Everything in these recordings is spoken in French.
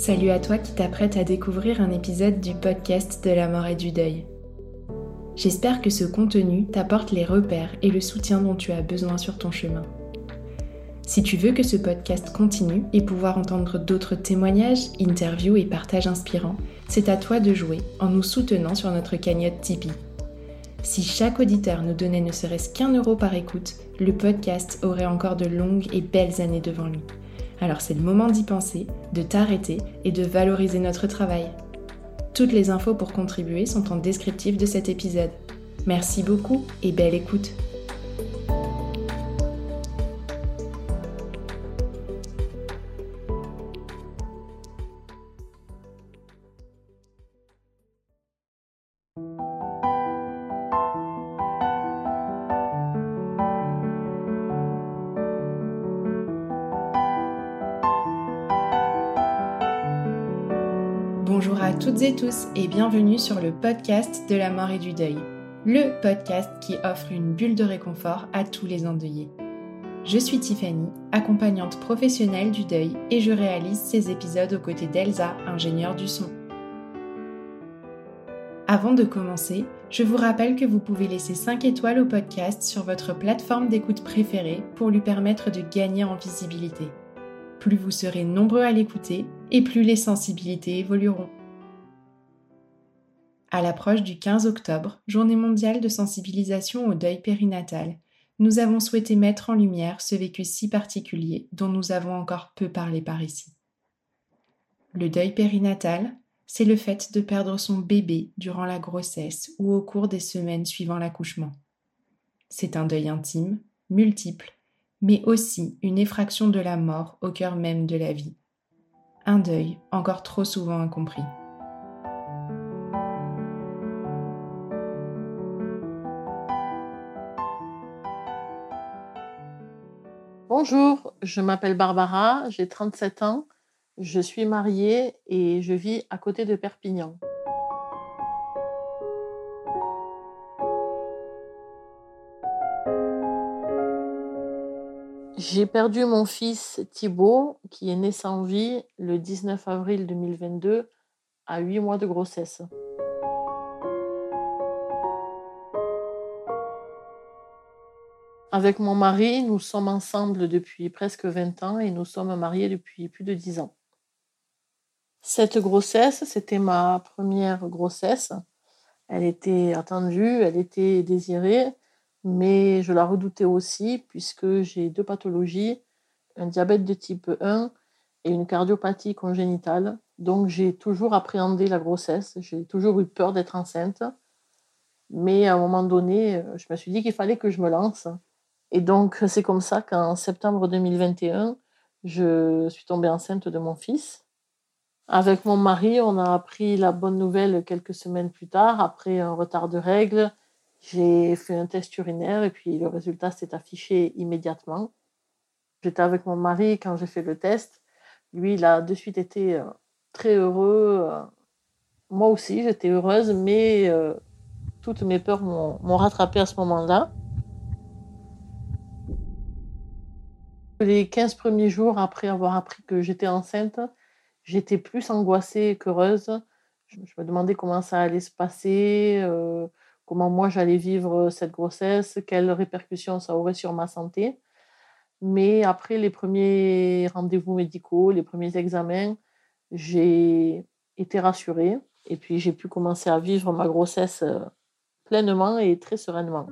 Salut à toi qui t'apprête à découvrir un épisode du podcast de la mort et du deuil. J'espère que ce contenu t'apporte les repères et le soutien dont tu as besoin sur ton chemin. Si tu veux que ce podcast continue et pouvoir entendre d'autres témoignages, interviews et partages inspirants, c'est à toi de jouer en nous soutenant sur notre cagnotte Tipeee. Si chaque auditeur nous donnait ne serait-ce qu'1 € par écoute, le podcast aurait encore de longues et belles années devant lui. Alors c'est le moment d'y penser, de t'arrêter et de valoriser notre travail. Toutes les infos pour contribuer sont en descriptif de cet épisode. Merci beaucoup et belle écoute. Bonjour à toutes et tous et bienvenue sur le podcast de la mort et du deuil, le podcast qui offre une bulle de réconfort à tous les endeuillés. Je suis Tiffany, accompagnante professionnelle du deuil et je réalise ces épisodes aux côtés d'Elsa, ingénieure du son. Avant de commencer, je vous rappelle que vous pouvez laisser 5 étoiles au podcast sur votre plateforme d'écoute préférée pour lui permettre de gagner en visibilité. Plus vous serez nombreux à l'écouter et plus les sensibilités évolueront. À l'approche du 15 octobre, journée mondiale de sensibilisation au deuil périnatal, nous avons souhaité mettre en lumière ce vécu si particulier dont nous avons encore peu parlé par ici. Le deuil périnatal, c'est le fait de perdre son bébé durant la grossesse ou au cours des semaines suivant l'accouchement. C'est un deuil intime, multiple, mais aussi une effraction de la mort au cœur même de la vie. Un deuil encore trop souvent incompris. Bonjour, je m'appelle Barbara, j'ai 37 ans, je suis mariée et je vis à côté de Perpignan. J'ai perdu mon fils Thibaut, qui est né sans vie le 19 avril 2022, à 8 mois de grossesse. Avec mon mari, nous sommes ensemble depuis presque 20 ans et nous sommes mariés depuis plus de 10 ans. Cette grossesse, c'était ma première grossesse. Elle était attendue, elle était désirée, mais je la redoutais aussi puisque j'ai 2 pathologies, un diabète de type 1 et une cardiopathie congénitale. Donc j'ai toujours appréhendé la grossesse, j'ai toujours eu peur d'être enceinte. Mais à un moment donné, je me suis dit qu'il fallait que je me lance. Et donc c'est comme ça qu'en septembre 2021, je suis tombée enceinte de mon fils. Avec mon mari, on a appris la bonne nouvelle quelques semaines plus tard, après un retard de règles. J'ai fait un test urinaire et puis le résultat s'est affiché immédiatement. J'étais avec mon mari quand j'ai fait le test. Lui, il a de suite été très heureux. Moi aussi, j'étais heureuse, mais toutes mes peurs m'ont rattrapée à ce moment-là. Les 15 premiers jours après avoir appris que j'étais enceinte, j'étais plus angoissée qu'heureuse. Je me demandais comment ça allait se passer, comment moi j'allais vivre cette grossesse, quelles répercussions ça aurait sur ma santé. Mais après les premiers rendez-vous médicaux, les premiers examens, j'ai été rassurée et puis j'ai pu commencer à vivre ma grossesse pleinement et très sereinement.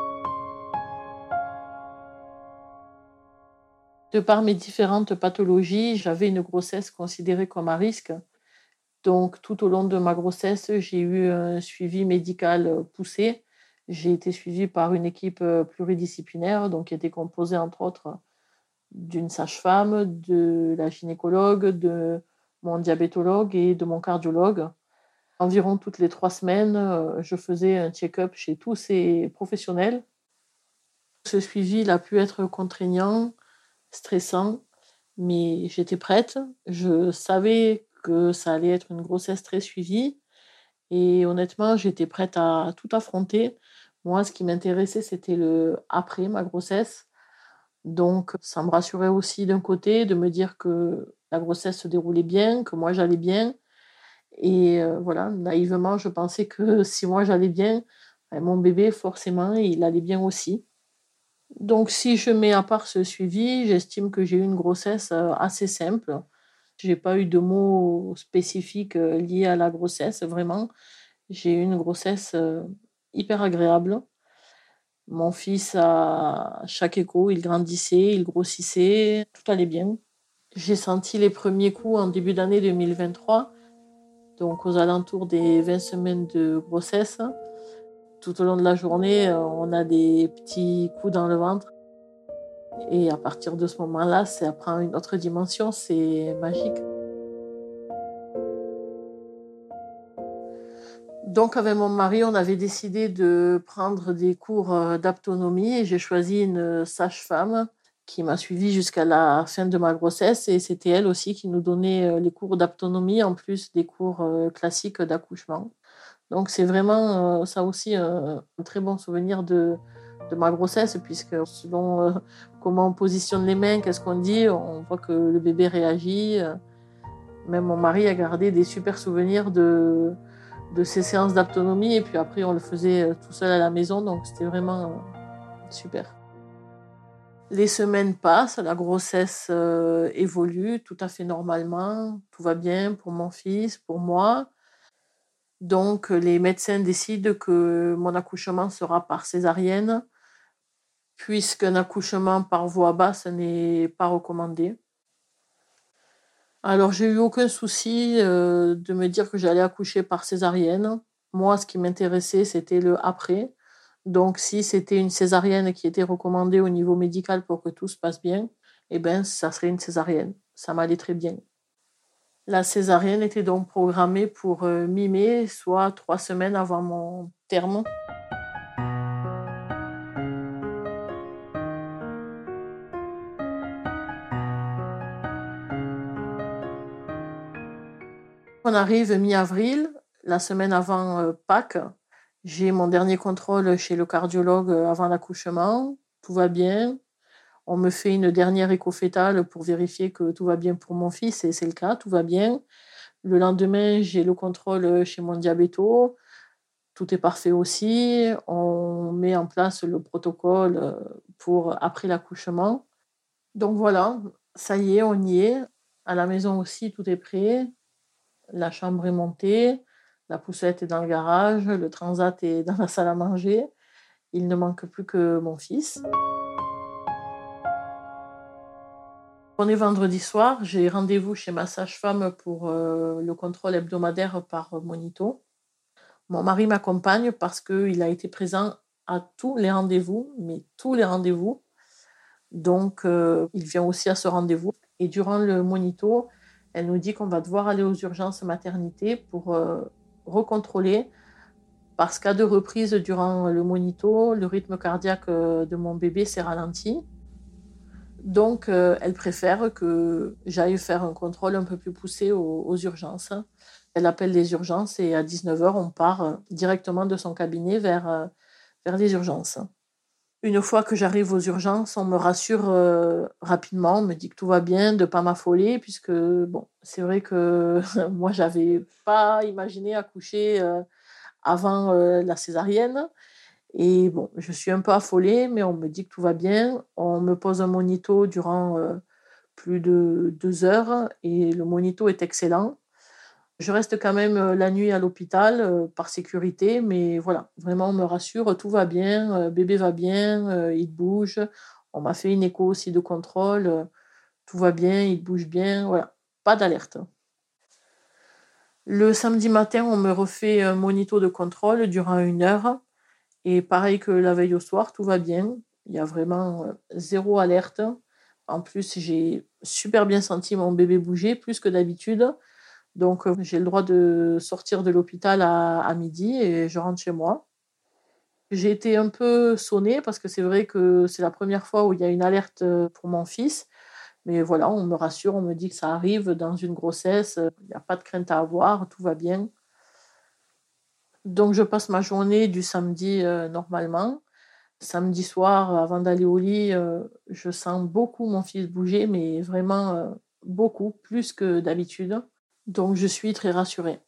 De par mes différentes pathologies, j'avais une grossesse considérée comme à risque. Donc, tout au long de ma grossesse, j'ai eu un suivi médical poussé. J'ai été suivie par une équipe pluridisciplinaire, donc qui était composée entre autres d'une sage-femme, de la gynécologue, de mon diabétologue et de mon cardiologue. Environ toutes les 3 semaines, je faisais un check-up chez tous ces professionnels. Ce suivi il a pu être contraignant, stressant, mais j'étais prête. Je savais que ça allait être une grossesse très suivie et honnêtement, j'étais prête à tout affronter. Moi, ce qui m'intéressait, c'était le après ma grossesse. Donc, ça me rassurait aussi d'un côté de me dire que la grossesse se déroulait bien, que moi j'allais bien. Et voilà, naïvement, je pensais que si moi j'allais bien, mon bébé, forcément, il allait bien aussi. Donc si je mets à part ce suivi, j'estime que j'ai eu une grossesse, assez simple. J'ai pas eu de mots spécifiques, liés à la grossesse, vraiment. J'ai eu une grossesse, hyper agréable. Mon fils, à chaque écho, il grandissait, il grossissait, tout allait bien. J'ai senti les premiers coups en début d'année 2023, donc aux alentours des 20 semaines de grossesse. Tout au long de la journée, on a des petits coups dans le ventre et à partir de ce moment-là, ça prend une autre dimension, c'est magique. Donc avec mon mari, on avait décidé de prendre des cours, d'autonomie et j'ai choisi une sage-femme qui m'a suivie jusqu'à la fin de ma grossesse et c'était elle aussi qui nous donnait, les cours d'autonomie en plus des cours, classiques d'accouchement. Donc c'est vraiment, ça aussi, un très bon souvenir de ma grossesse puisque selon, comment on positionne les mains, qu'est-ce qu'on dit, on voit que le bébé réagit. Même mon mari a gardé des super souvenirs de ces séances d'autonomie et puis après on le faisait, tout seul à la maison donc c'était vraiment, super. Les semaines passent, la grossesse, évolue tout à fait normalement, tout va bien pour mon fils, pour moi. Donc les médecins décident que mon accouchement sera par césarienne, puisqu'un accouchement par voie basse n'est pas recommandé. Alors j'ai eu aucun souci, de me dire que j'allais accoucher par césarienne. Moi, ce qui m'intéressait, c'était le après. Donc si c'était une césarienne qui était recommandée au niveau médical pour que tout se passe bien, eh ben, ça serait une césarienne. Ça m'allait très bien. La césarienne était donc programmée pour, mi-mai, soit 3 semaines avant mon terme. On arrive mi-avril, la semaine avant, Pâques. J'ai mon dernier contrôle chez le cardiologue, avant l'accouchement. Tout va bien. On me fait une dernière écho fœtale pour vérifier que tout va bien pour mon fils et c'est le cas, tout va bien. Le lendemain, j'ai le contrôle, chez mon diabéto. Tout est parfait aussi. On met en place le protocole, pour après l'accouchement. Donc voilà, ça y est, on y est. À la maison aussi, tout est prêt. La chambre est montée, la poussette est dans le garage, le transat est dans la salle à manger. Il ne manque plus que mon fils. On est vendredi soir, j'ai rendez-vous chez ma sage-femme pour, le contrôle hebdomadaire par monito. Mon mari m'accompagne parce qu'il a été présent à tous les rendez-vous, mais tous les rendez-vous. Donc, il vient aussi à ce rendez-vous. Et durant le monito, elle nous dit qu'on va devoir aller aux urgences maternité pour recontrôler parce qu'à 2 reprises durant le monito, le rythme cardiaque de mon bébé s'est ralenti. Donc, elle préfère que j'aille faire un contrôle un peu plus poussé aux urgences. Elle appelle les urgences et à 19h, on part directement de son cabinet vers les urgences. Une fois que j'arrive aux urgences, on me rassure, rapidement, on me dit que tout va bien, de ne pas m'affoler puisque bon, c'est vrai que moi j'avais pas imaginé accoucher, avant, la césarienne et bon, je suis un peu affolée mais on me dit que tout va bien. On me pose un monito durant, plus de 2 heures et le monito est excellent. Je reste quand même, la nuit à l'hôpital, par sécurité, mais voilà, vraiment on me rassure, tout va bien, bébé va bien, il bouge. On m'a fait une écho aussi de contrôle, tout va bien, il bouge bien, voilà, pas d'alerte. Le samedi matin, on me refait un monito de contrôle durant 1 heure et pareil que la veille au soir, tout va bien. Il y a vraiment, 0 alerte. En plus, j'ai super bien senti mon bébé bouger, plus que d'habitude. Donc, j'ai le droit de sortir de l'hôpital à midi et je rentre chez moi. J'ai été un peu sonnée parce que c'est vrai que c'est la première fois où il y a une alerte, pour mon fils. Mais voilà, on me rassure, on me dit que ça arrive dans une grossesse, il y a pas de crainte à avoir, tout va bien. Donc je passe ma journée du samedi, normalement. Samedi soir, avant d'aller au lit, je sens beaucoup mon fils bouger, mais vraiment, beaucoup, plus que d'habitude. Donc je suis très rassurée.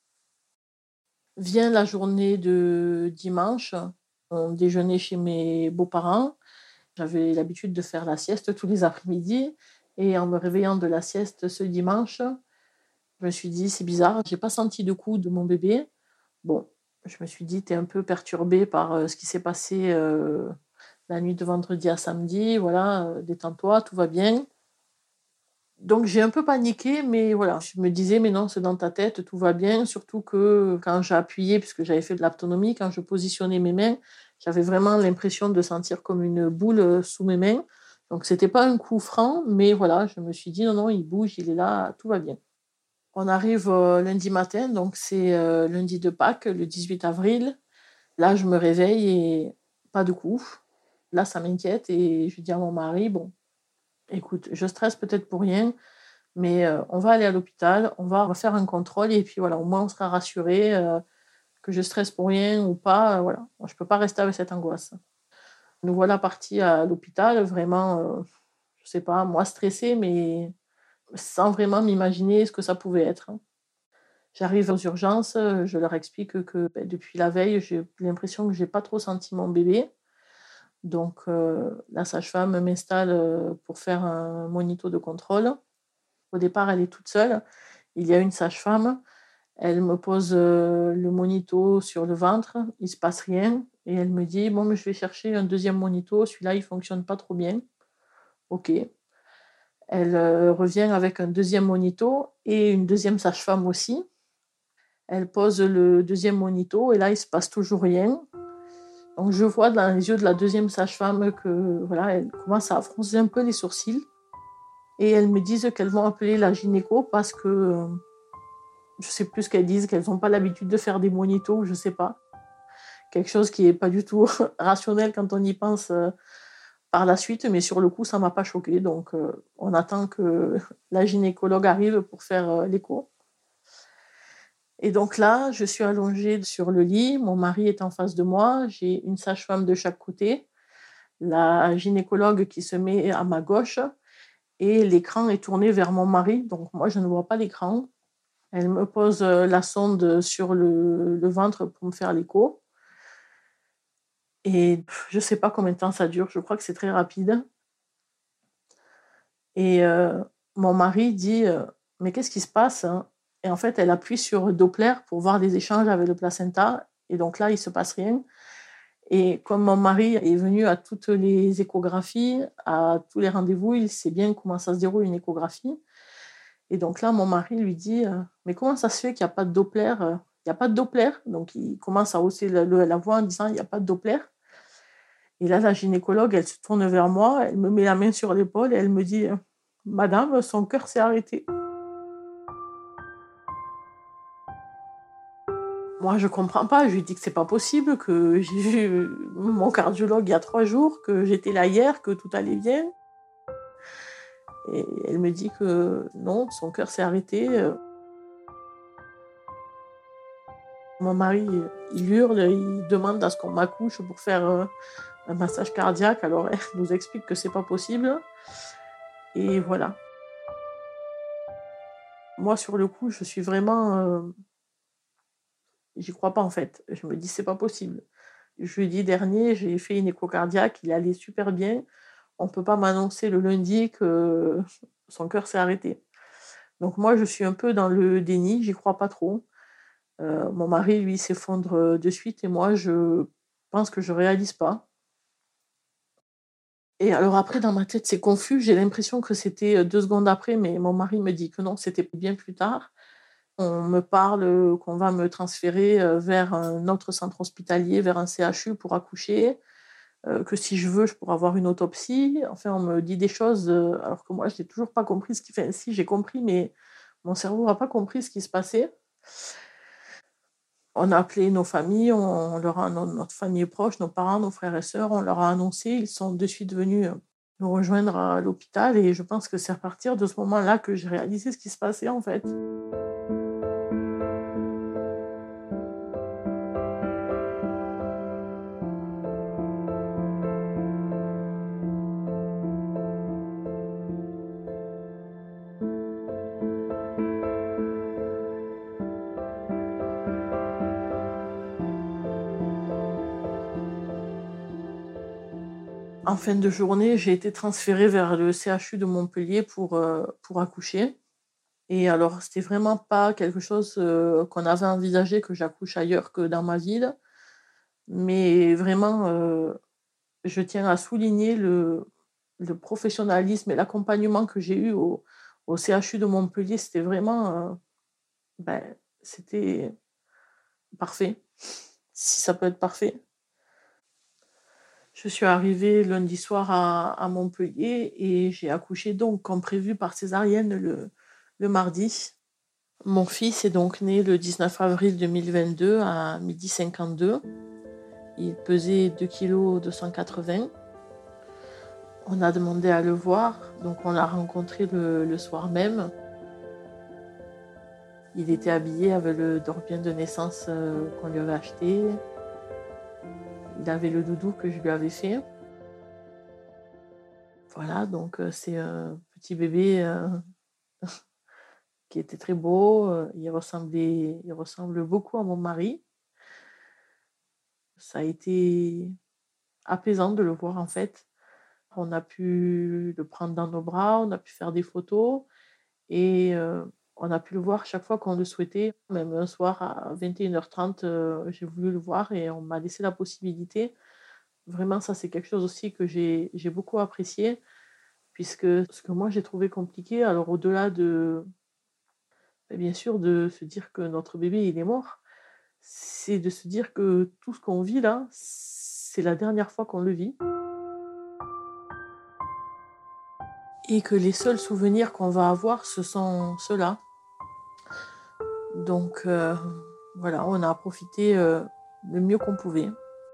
Vient la journée de dimanche, on déjeunait chez mes beaux-parents. J'avais l'habitude de faire la sieste tous les après-midi et en me réveillant de la sieste ce dimanche, je me suis dit: «C'est bizarre, j'ai pas senti de coups de mon bébé». Bon, je me suis dit: «Tu es un peu perturbée par, ce qui s'est passé, la nuit de vendredi à samedi, voilà, détends-toi, tout va bien». Donc j'ai un peu paniqué, mais voilà, je me disais: «Mais non, c'est dans ta tête, tout va bien». Surtout que quand j'ai appuyé, puisque j'avais fait de l'autonomie, quand je positionnais mes mains, j'avais vraiment l'impression de sentir comme une boule, sous mes mains. Donc c'était pas un coup franc, mais voilà, je me suis dit: «Non, non, il bouge, il est là, tout va bien». On arrive, lundi matin, donc c'est, lundi de Pâques, le 18 avril. Là, je me réveille et pas de coup. Là, ça m'inquiète et je dis à mon mari: «Bon, écoute, je stresse peut-être pour rien, mais on va aller à l'hôpital, on va faire un contrôle et puis voilà, au moins on sera rassurés, que je stresse pour rien ou pas, voilà. Moi, je peux pas rester avec cette angoisse». Nous voilà partis à l'hôpital, vraiment, je sais pas, moi stressée, mais sans vraiment m'imaginer ce que ça pouvait être, hein. J'arrive aux urgences, je leur explique que, depuis la veille, j'ai l'impression que j'ai pas trop senti mon bébé. Donc la sage-femme m'installe, pour faire un monito de contrôle. Au départ, elle est toute seule. Il y a une sage-femme, elle me pose, le monito sur le ventre, il se passe rien et elle me dit: «Bon, mais je vais chercher un deuxième monito, celui-là, il fonctionne pas trop bien». OK. Elle, revient avec un deuxième monito et une deuxième sage-femme aussi. Elle pose le deuxième monito et là, il se passe toujours rien. Donc je vois dans les yeux de la deuxième sage-femme que, voilà, elle commence à froncer un peu les sourcils et elles me disent qu'elles vont appeler la gynéco parce que, je sais plus ce qu'elles disent, qu'elles ont pas l'habitude de faire des monitos ou je sais pas. Quelque chose qui est pas du tout rationnel quand on y pense, par la suite, mais sur le coup, ça m'a pas choquée donc on attend que la gynécologue arrive pour faire, l'écho. Et donc là, je suis allongée sur le lit, mon mari est en face de moi, j'ai une sage-femme de chaque côté, la gynécologue qui se met à ma gauche et l'écran est tourné vers mon mari, donc moi je ne vois pas l'écran. Elle me pose, la sonde sur le ventre pour me faire l'écho et je sais pas combien de temps ça dure, je crois que c'est très rapide et mon mari dit: «Mais qu'est-ce qui se passe, hein?» Et en fait, elle appuie sur Doppler pour voir les échanges avec le placenta et donc là, il se passe rien. Et comme mon mari est venu à toutes les échographies, à tous les rendez-vous, il sait bien comment ça se déroule une échographie. Et donc là, mon mari lui dit: «Mais comment ça se fait qu'il y a pas de Doppler, il y a pas de Doppler?» Donc il commence à hausser la voix en disant: «Il y a pas de Doppler». Et là, la gynécologue, elle se tourne vers moi, elle me met la main sur l'épaule et elle me dit: «Madame, son cœur s'est arrêté». Moi, je comprends pas, je lui dis que c'est pas possible, que j'ai vu mon cardiologue il y a 3 jours, que j'étais là hier, que tout allait bien. Et elle me dit que non, son cœur s'est arrêté. Mon mari, il hurle, il demande à ce qu'on m'accouche pour faire un massage cardiaque. Alors elle nous explique que c'est pas possible. Et voilà. Moi, sur le coup, je suis vraiment, j'y crois pas en fait. Je me dis c'est pas possible. Jeudi dernier, j'ai fait une écho cardiaque, il allait super bien. On peut pas m'annoncer le lundi que son cœur s'est arrêté. Donc moi, je suis un peu dans le déni, j'y crois pas trop. Mon mari, lui, s'effondre, de suite et moi, je pense que je réalise pas. Et alors après, dans ma tête, c'est confus. J'ai l'impression que c'était, 2 secondes après, mais mon mari me dit que non, c'était bien plus tard. On me parle, qu'on va me transférer, vers un autre centre hospitalier, vers un CHU pour accoucher, que si je veux, je pourrais avoir une autopsie. Enfin, on me dit des choses, alors que moi, je n'ai toujours pas compris ce qui enfin si, j'ai compris, mais mon cerveau n'a pas compris ce qui se passait. On a appelé nos familles, on leur a notre famille proche, nos parents, nos frères et sœurs, on leur a annoncé. Ils sont de suite venus, nous rejoindre à l'hôpital et je pense que c'est à partir de ce moment-là que j'ai réalisé ce qui se passait, en fait. En fin de journée, j'ai été transférée vers le CHU de Montpellier pour accoucher. Et alors, c'était vraiment pas quelque chose qu'on avait envisagé, que j'accouche ailleurs que dans ma ville. Mais vraiment, je tiens à souligner le professionnalisme et l'accompagnement que j'ai eu au CHU de Montpellier. C'était vraiment, c'était parfait, si ça peut être parfait. Je suis arrivée lundi soir à Montpellier et j'ai accouché donc comme prévu par césarienne le mardi. Mon fils est donc né le 19 avril 2022 à 12h52. Il pesait 2,280 kg. On a demandé à le voir, donc on l'a rencontré le soir même. Il était habillé avec le dormien de naissance qu'on lui avait acheté. Il avait le doudou que je lui avais fait. Voilà, donc c'est un petit bébé qui était très beau. Il ressemble beaucoup à mon mari. Ça a été apaisant de le voir en fait. On a pu le prendre dans nos bras, on a pu faire des photos et on a pu le voir chaque fois qu'on le souhaitait. Même un soir à 21h30, j'ai voulu le voir et on m'a laissé la possibilité. Vraiment, ça c'est quelque chose aussi que j'ai beaucoup apprécié, puisque ce que moi j'ai trouvé compliqué, alors au-delà de, bien sûr, de se dire que notre bébé il est mort, c'est de se dire que tout ce qu'on vit là, c'est la dernière fois qu'on le vit. Et que les seuls souvenirs qu'on va avoir, ce sont ceux-là. Donc voilà, on a profité le mieux qu'on pouvait.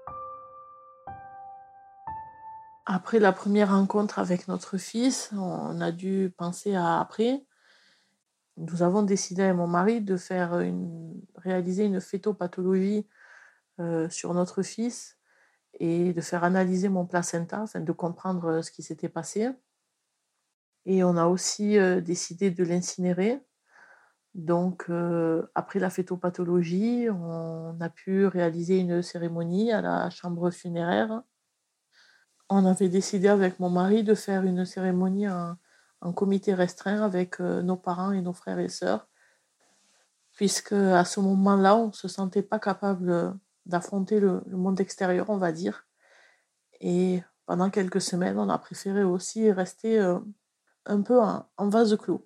Après la première rencontre avec notre fils, on a dû penser à après. Nous avons décidé avec mon mari de réaliser une fœtopathologie sur notre fils et de faire analyser mon placenta afin de comprendre ce qui s'était passé. Et on a aussi décidé de l'incinérer. Donc, après la fœtopathologie, on a pu réaliser une cérémonie à la chambre funéraire. On avait décidé avec mon mari de faire une cérémonie en comité restreint avec nos parents et nos frères et sœurs, puisque à ce moment-là, on ne se sentait pas capable d'affronter le monde extérieur, on va dire. Et pendant quelques semaines, on a préféré aussi rester un peu en vase clos.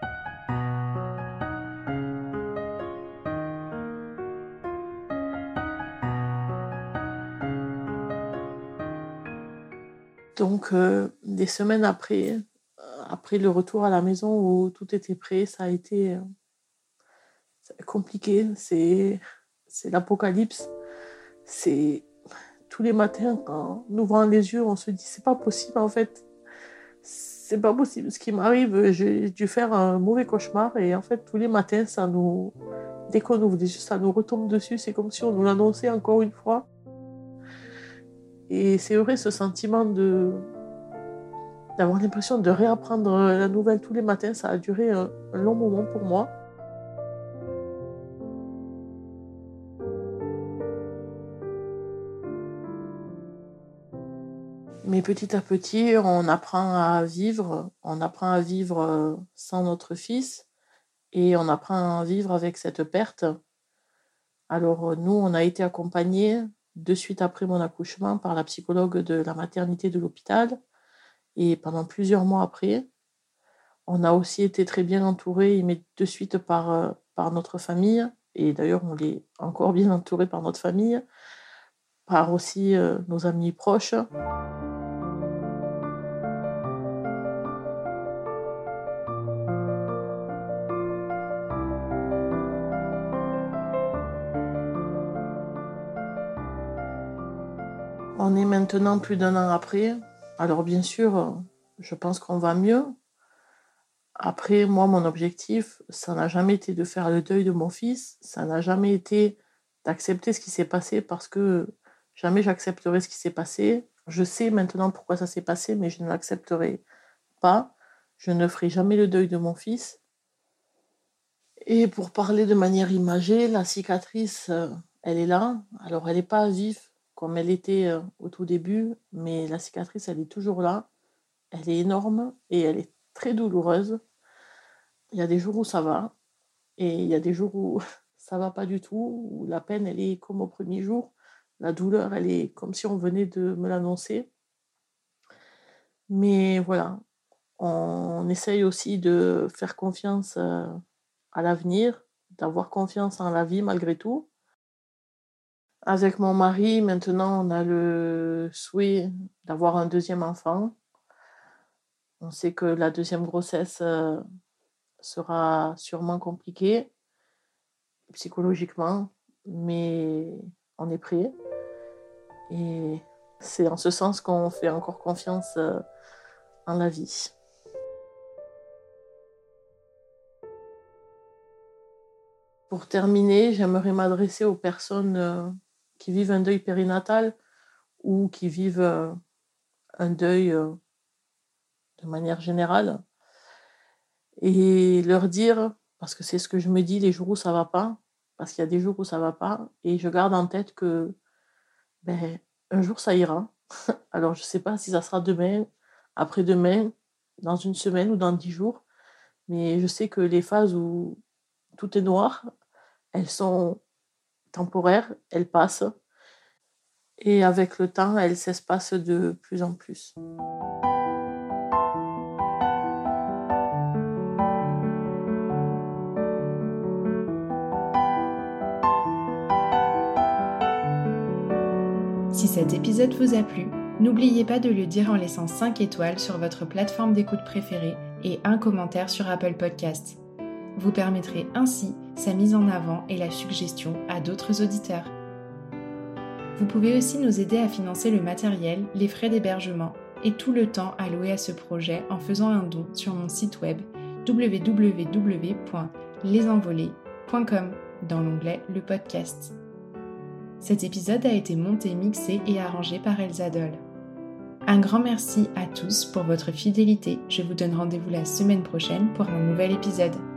Donc, des semaines après le retour à la maison où tout était prêt, ça a été compliqué. C'est l'apocalypse. C'est tous les matins, en ouvrant les yeux, on se dit c'est pas possible en fait. C'est pas possible. Ce qui m'arrive, j'ai dû faire un mauvais cauchemar et en fait, tous les matins, dès qu'on ouvre les yeux, ça nous retombe dessus. C'est comme si on nous l'annonçait encore une fois. Et c'est vrai, ce sentiment d'avoir l'impression de réapprendre la nouvelle tous les matins, ça a duré un long moment pour moi. Mais petit à petit, on apprend à vivre sans notre fils et on apprend à vivre avec cette perte. Alors nous, on a été accompagnés de suite après mon accouchement par la psychologue de la maternité de l'hôpital et pendant plusieurs mois après. On a aussi été très bien entourés de suite par notre famille et d'ailleurs on est encore bien entourés par notre famille, par aussi nos amis proches. On est maintenant plus d'1 an après. Alors bien sûr, je pense qu'on va mieux. Après, moi, mon objectif, ça n'a jamais été de faire le deuil de mon fils. Ça n'a jamais été d'accepter ce qui s'est passé parce que jamais j'accepterai ce qui s'est passé. Je sais maintenant pourquoi ça s'est passé, mais je ne l'accepterai pas. Je ne ferai jamais le deuil de mon fils. Et pour parler de manière imagée, la cicatrice, elle est là. Alors, elle n'est pas vive comme elle était au tout début, mais la cicatrice, elle est toujours là. Elle est énorme et elle est très douloureuse. Il y a des jours où ça va et il y a des jours où ça va pas du tout, où la peine, elle est comme au premier jour. La douleur, elle est comme si on venait de me l'annoncer. Mais voilà, on essaye aussi de faire confiance à l'avenir, d'avoir confiance en la vie malgré tout. Avec mon mari, maintenant, on a le souhait d'avoir un deuxième enfant. On sait que la deuxième grossesse sera sûrement compliquée psychologiquement, mais on est prêt. Et c'est en ce sens qu'on fait encore confiance en la vie. Pour terminer, j'aimerais m'adresser aux personnes qui vivent un deuil périnatal ou qui vivent un deuil de manière générale et leur dire, parce que c'est ce que je me dis les jours où ça va pas, parce qu'il y a des jours où ça va pas, et je garde en tête que un jour ça ira. Alors je sais pas si ça sera demain, après-demain, dans une semaine ou dans 10 jours, mais je sais que les phases où tout est noir, elles sont temporaires, elles passent, et avec le temps, elles s'espacent de plus en plus. Si cet épisode vous a plu, n'oubliez pas de le dire en laissant 5 étoiles sur votre plateforme d'écoute préférée et un commentaire sur Apple Podcasts. Vous permettrez ainsi sa mise en avant et la suggestion à d'autres auditeurs. Vous pouvez aussi nous aider à financer le matériel, les frais d'hébergement et tout le temps alloué à ce projet en faisant un don sur mon site web www.lesenvolés.com dans l'onglet Le podcast. Cet épisode a été monté, mixé et arrangé par Elsa Doll. Un grand merci à tous pour votre fidélité. Je vous donne rendez-vous la semaine prochaine pour un nouvel épisode.